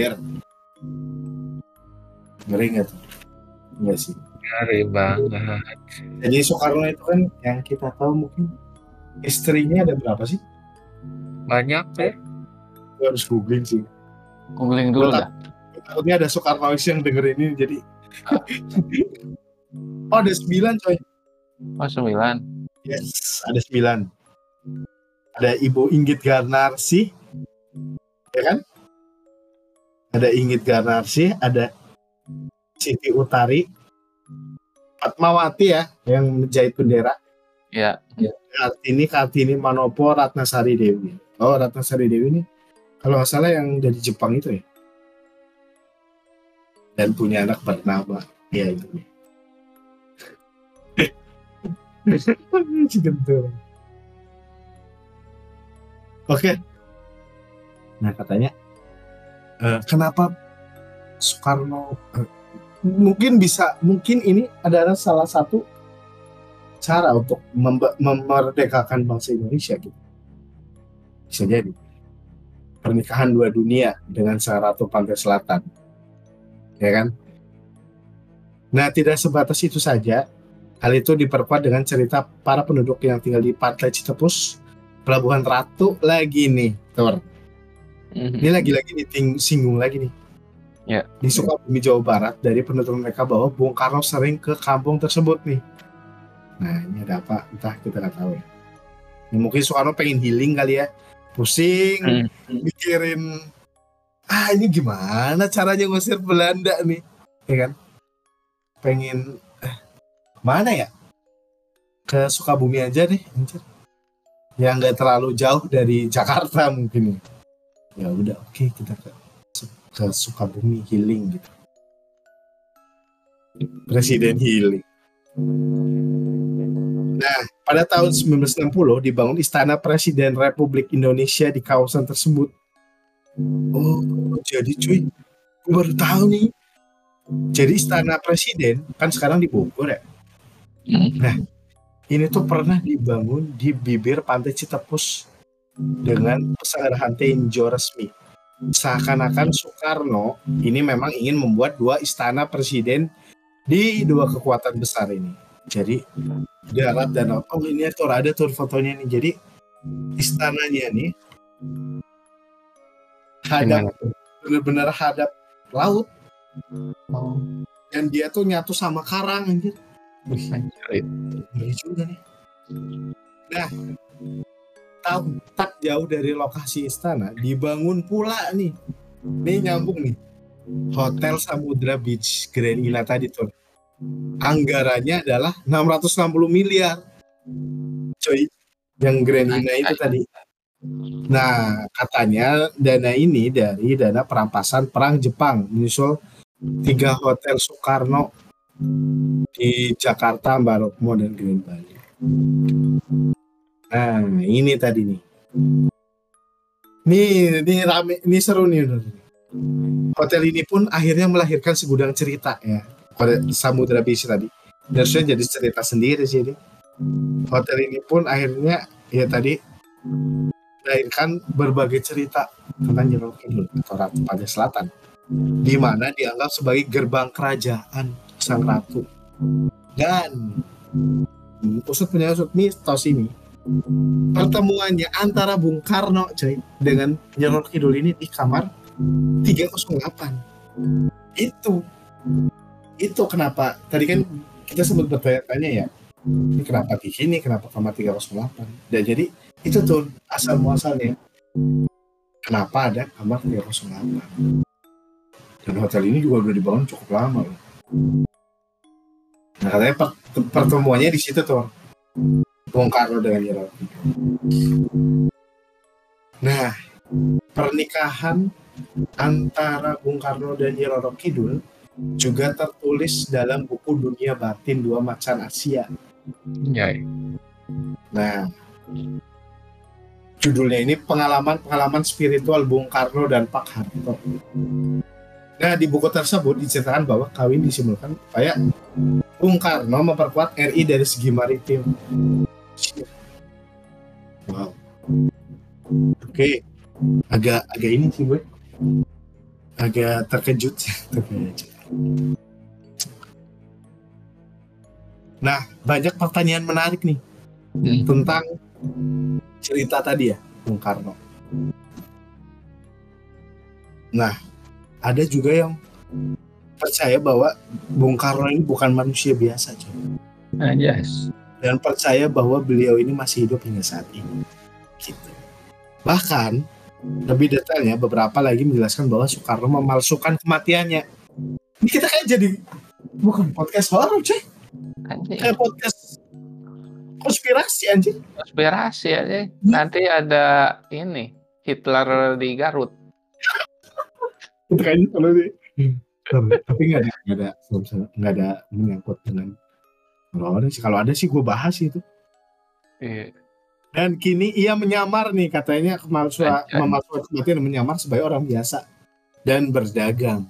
Ngeri nggak tuh? Nggak sih? Ngeri banget. Jadi Soekarno itu kan yang kita tahu mungkin istrinya ada berapa sih? Banyak ya. Gue harus googling sih. Googling dulu dah. Takutnya ada Soekarnois yang denger ini jadi. Oh, ada 9 coy. Oh, 9. Yes, ada 9. Ada Ibu Inggit Garnarsi, ya kan? Ada Inggit Garnarsi, ada Siti Utari, Fatmawati ya, yang menjahit bendera. Ya. Kartini Manopo, Ratnasari Dewi. Oh, Ratnasari Dewi ini kalau nggak salah yang dari Jepang itu ya. Dan punya anak bernama, ya itu. Oke. Nah, katanya kenapa Soekarno mungkin ini adalah salah satu cara untuk memerdekakan bangsa Indonesia gitu. Bisa jadi pernikahan dua dunia dengan sang Ratu Pantai Selatan, ya kan? Nah, tidak sebatas itu saja. Hal itu diperkuat dengan cerita para penduduk yang tinggal di Pantai Citepus, Pelabuhan Ratu lagi nih, Tor. Ini lagi-lagi disinggung lagi nih. Ya. Di Sukabumi, Jawa Barat, dari penuturan mereka bahwa Bung Karno sering ke kampung tersebut nih. Nah, ini ada apa? Entah, kita nggak tahu ya. Ini mungkin Soekarno pengen healing kali ya. Pusing, mikirin, ini gimana caranya ngusir Belanda nih, ya kan? Pengen mana ya? Ke Sukabumi aja deh, anjir. Yang nggak terlalu jauh dari Jakarta mungkin ya. Ya udah, oke, kita ke Sukabumi healing gitu. Presiden healing. Nah, pada tahun 1960 dibangun Istana Presiden Republik Indonesia di kawasan tersebut. Oh, jadi cuy, gue baru tahu nih. Jadi Istana Presiden kan sekarang di Bogor ya. Nah, ini tuh pernah dibangun di bibir Pantai Citepus dengan pesanggrahan tinjau resmi. Seakan-akan Soekarno ini memang ingin membuat dua istana presiden di dua kekuatan besar ini. Jadi darat dan laut. Oh, ini tuh ada tuh fotonya nih. Jadi istananya nih benar-benar hadap laut. Dan dia tuh nyatu sama karang anjir. Wih, Anjir. ngeri juga nih. Nah, tak jauh dari lokasi istana dibangun pula nih. Ini nyambung nih. Hotel Samudra Beach Grand Ina tadi tuh. Anggarannya adalah 660 miliar. Coy, yang Grand Ina itu tadi. Nah, katanya dana ini dari dana perampasan perang Jepang menyusul 3 hotel Soekarno di Jakarta, Barokmo, dan Grand Bali. Nah, ini tadi nih. Ini rame, ini seru nih. Hotel ini pun akhirnya melahirkan segudang cerita ya. Hotel Samudra Beach tadi. Harusnya jadi cerita sendiri sih ini. Hotel ini pun akhirnya ya tadi melahirkan berbagai cerita tentang Nyi Kidul atau Ratu Pantai Selatan, di mana dianggap sebagai gerbang kerajaan sang ratu. Dan usut punya usut mitos ini, pertemuannya antara Bung Karno coy dengan Nyi Kidul ini di kamar 308. Itu kenapa tadi kan kita sempat bertanya-tanya ya, ini kenapa di sini, kenapa kamar 308. Dan jadi itu tuh asal muasalnya kenapa ada kamar 308. Dan hotel ini juga udah dibangun cukup lama loh. Nah katanya pertemuannya di situ tuh Bung Karno dengan Nyi Kidul. Nah, pernikahan antara Bung Karno dan Nyi Kidul juga tertulis dalam buku Dunia Batin Dua Macan Asia. Ya. Nah, judulnya ini pengalaman spiritual Bung Karno dan Pak Harto. Nah, di buku tersebut diceritakan bahwa kawin disimbolkan supaya Bung Karno memperkuat RI dari segi maritim. Wow. Oke. Agak ini sih gue. Agak terkejut. Nah, banyak pertanyaan menarik nih tentang cerita tadi ya, Bung Karno. Nah, ada juga yang percaya bahwa Bung Karno ini bukan manusia biasa, coy. Yes. Dan percaya bahwa beliau ini masih hidup hingga saat ini. Gitu. Bahkan, lebih detailnya, beberapa lagi menjelaskan bahwa Soekarno memalsukan kematiannya. Ini kita kayak jadi bukan podcast horor, coy. Kayak podcast konspirasi anjir. Konspirasi aja. Nanti ada ini Hitler di Garut. Itu kayaknya kalau di tapi nggak ada menyangkut dengan kalau ada sih gue bahas itu. Iya. Dan kini ia menyamar nih katanya memalsukan kematian, menyamar sebagai orang biasa dan berdagang.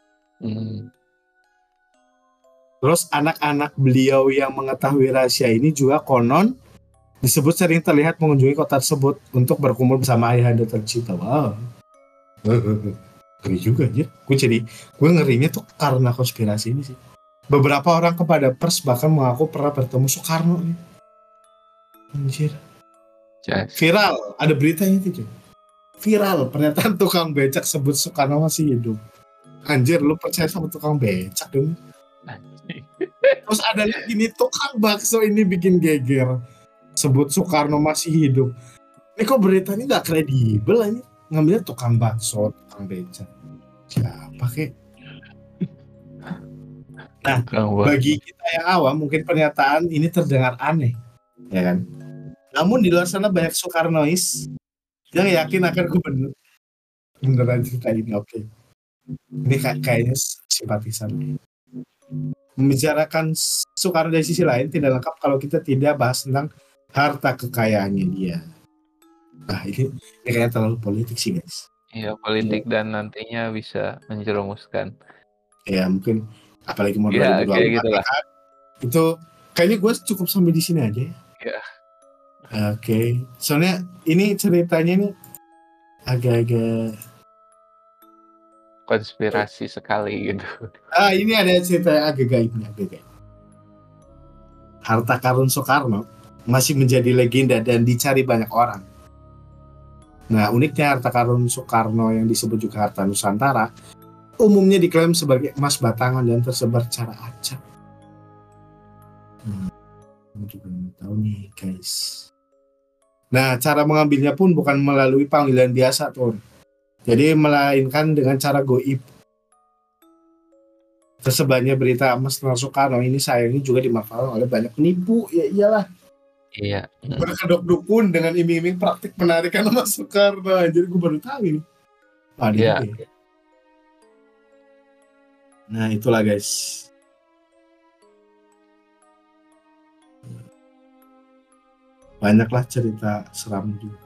Terus anak-anak beliau yang mengetahui rahasia ini juga konon disebut sering terlihat mengunjungi kota tersebut untuk berkumpul bersama ayahanda tercinta. Wow. Ngeri juga aja. Gue ngerinya tuh karena konspirasi ini sih. Beberapa orang kepada pers bahkan mengaku pernah bertemu Soekarno nih. Anjir. Viral, ada beritanya itu. Viral, pernyataan tukang becak sebut Soekarno masih hidup. Anjir, lu percaya sama tukang becak dong? Terus ada lagi nih tukang bakso ini bikin geger, sebut Soekarno masih hidup. Ini kok beritanya nggak kredibel aja, ngambilnya tukang bakso, tukang becak. Siapa kek? Nah, bagi kita yang awam mungkin pernyataan ini terdengar aneh, ya kan? Namun di luar sana banyak Soekarnois yang yakin akan gubernur beneran cerita ini. Oke. Ini kayaknya simpatisan. Membicarakan Soekarno dari sisi lain tidak lengkap kalau kita tidak bahas tentang harta kekayaannya dia. Nah ini kayaknya terlalu politik sih guys. Iya politik dan nantinya bisa menjerumuskan. Ya mungkin apalagi mau 2024 ya, kayak gitulah. Itu kayaknya gue cukup sampai di sini aja. Ya. Oke. Soalnya ini ceritanya nih agak-agak konspirasi sekali gitu. Ini ada cerita yang agak gaib. Harta karun Soekarno masih menjadi legenda dan dicari banyak orang. Nah, uniknya harta karun Soekarno yang disebut juga harta Nusantara umumnya diklaim sebagai emas batangan dan tersebar secara acak. Aku juga nggak tahu nih guys. Nah, cara mengambilnya pun bukan melalui panggilan biasa tuh. Jadi melainkan dengan cara goib. Tersebarnya berita Mas Soekarno ini sayangnya juga dimanfaatkan oleh banyak penipu. Ya iyalah. Iya. Berkedok dukun dengan iming-iming praktik penarikan Mas Soekarno. Jadi gue baru tahu ini. Iya. Nah, itulah guys. Banyaklah cerita seram juga.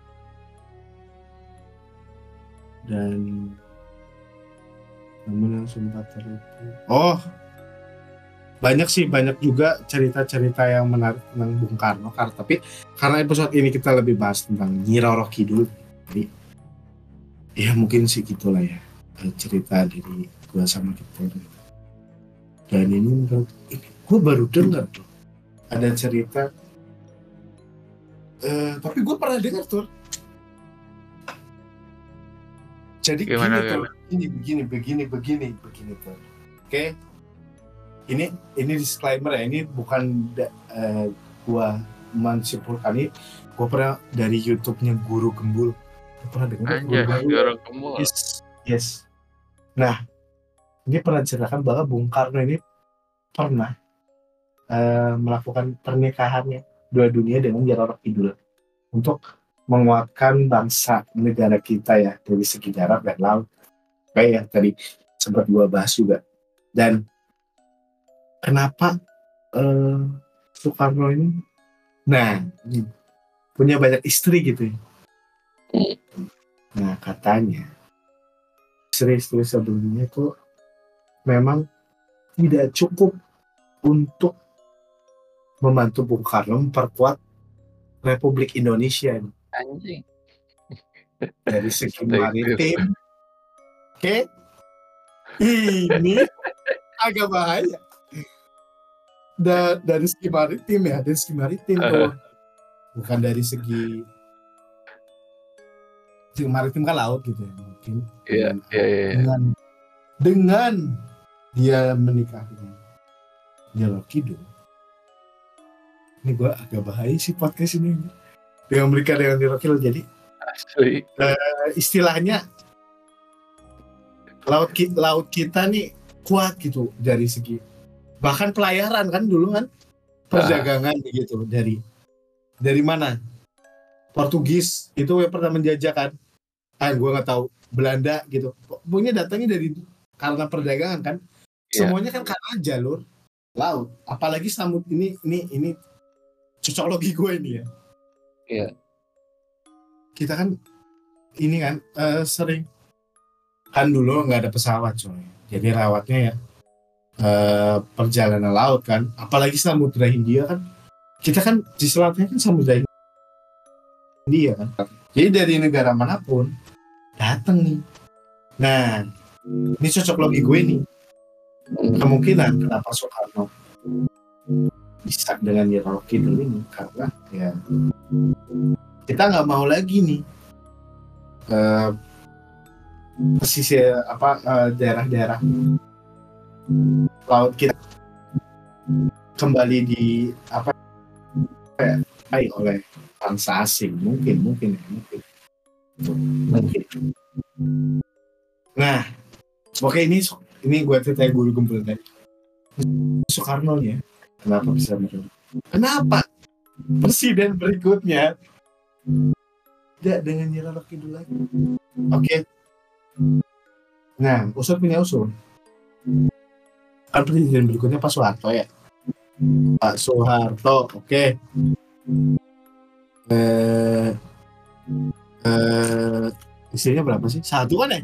Dan namun yang sempat terlupa. Oh, banyak juga cerita-cerita yang menarik tentang Bung Karno. Tapi karena episode ini kita lebih bahas tentang Nyi Roro Kidul, jadi ya mungkin sih gitulah ya cerita dari gua sama kita. Dan ini gue baru dengar tuh ada cerita, tapi gue pernah dengar tuh. Jadi begini tuh. Oke. Ini disclaimer ya, ini bukan gua mensimpulkan ini. Gua pernah dari YouTube-nya Guru Gembul. Gua pernah dengar Guru Gembul. Yes. Nah, ini pernah ceritakan bahwa Bung Karno ini pernah melakukan pernikahannya dua dunia dengan Nyi Roro Kidul untuk menguatkan bangsa negara kita ya dari segi darat dan laut. Kayak yang tadi sempat gua bahas juga. Dan kenapa Soekarno ini punya banyak istri gitu ya. Nah, katanya istri-istri sebelumnya itu memang tidak cukup untuk membantu Bung Karno memperkuat Republik Indonesia ini. Anjing. Dari segi maritim. Oke. Ini agak bahaya. Dari segi maritim tuh. Bukan dari segi maritim kan laut gitu ya mungkin. Dengan dia menikah dengan Nyi Roro Kidul. Ini gue agak bahaya sih podcast ini. Dengan menikah dengan Nyi Roro Kidul, jadi istilahnya laut kita nih kuat gitu dari segi bahkan pelayaran kan dulu kan perdagangan gitu dari mana Portugis itu yang pernah menjajah kan gue nggak tahu Belanda gitu pokoknya datangnya dari karena perdagangan kan semuanya kan karena jalur laut apalagi samud ini cocokologi gue ini ya kita kan ini kan sering kan dulu nggak ada pesawat coy jadi rawatnya ya perjalanan laut kan apalagi Samudra Hindia kan kita kan di selatnya kan Samudra Hindia kan jadi dari negara manapun datang nih nah ini cocok logi gue nih kemungkinan kenapa Soekarno bisa dengan Nyi Roro Kidul ini karena ya kita nggak mau lagi nih pesisir daerah-daerah laut kita kembali di oleh bangsa asing mungkin. Nah oke ini gue ceritain Guru Gembul tadi Soekarno ya kenapa bisa kenapa presiden berikutnya tidak dengan Nyi Roro Kidul lagi oke. Nah Ustadz punya usul kan presiden berikutnya Pak Soeharto ya Pak Soeharto oke. Isinya berapa sih? Satu kan ya?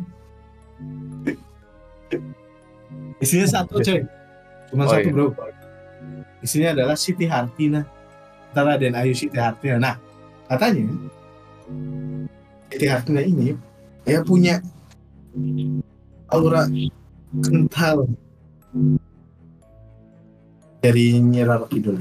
Isinya satu coy cuma satu bro isinya adalah Siti Hartina antara dan Ayu Siti Hartina nah katanya Siti Hartina ini dia punya aura kental dari Nyi Roro Kidul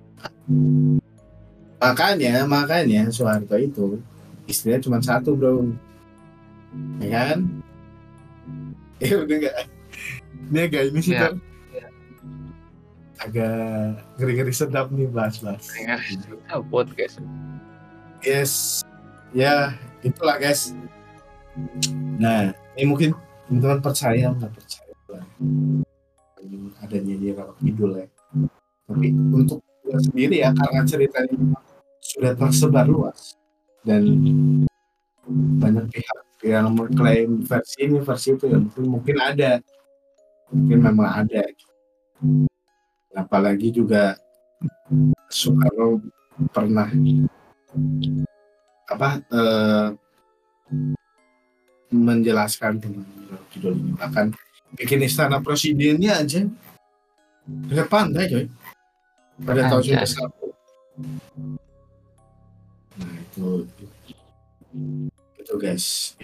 makanya Soeharto itu istrinya cuma satu bro ya kan udah enggak ini sih kan agak ngeri-ngeri sedap nih bahas-bahas. Dengar cerita podcast. Yes, ya itulah guys. Nah, ini mungkin teman-teman percaya nggak percaya lah adanya Nyi Roro Kidul ya. Tapi untuk gue sendiri ya, karena ceritanya sudah tersebar luas dan banyak pihak yang mengklaim versi ini versi itu ya, mungkin ada, mungkin memang ada. Apalagi juga Soekarno pernah menjelaskan tentang Roro Kidul ini, bahkan bikin istana presidennya aja dekat pantai coy pada tahun 1991. Nah itu guys.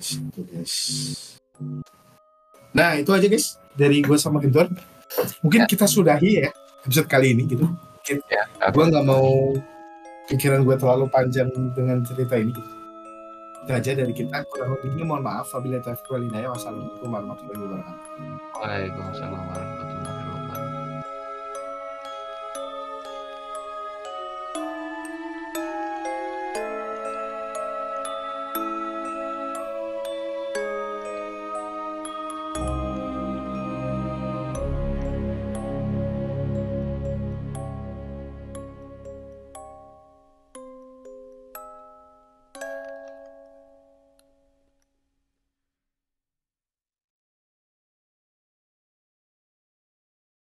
Nah itu aja guys dari gue sama Gentor. Mungkin kita sudahi ya episode kali ini gitu. Gue nggak mau pikiran gue terlalu panjang dengan cerita ini. Itu aja dari kita. Kurang lebihnya mohon maaf. Wabillahi taufiq wal hidayah. Wassalamualaikum warahmatullahi wabarakatuh. Waalaikumsalam warahmatullahi wabarakatuh.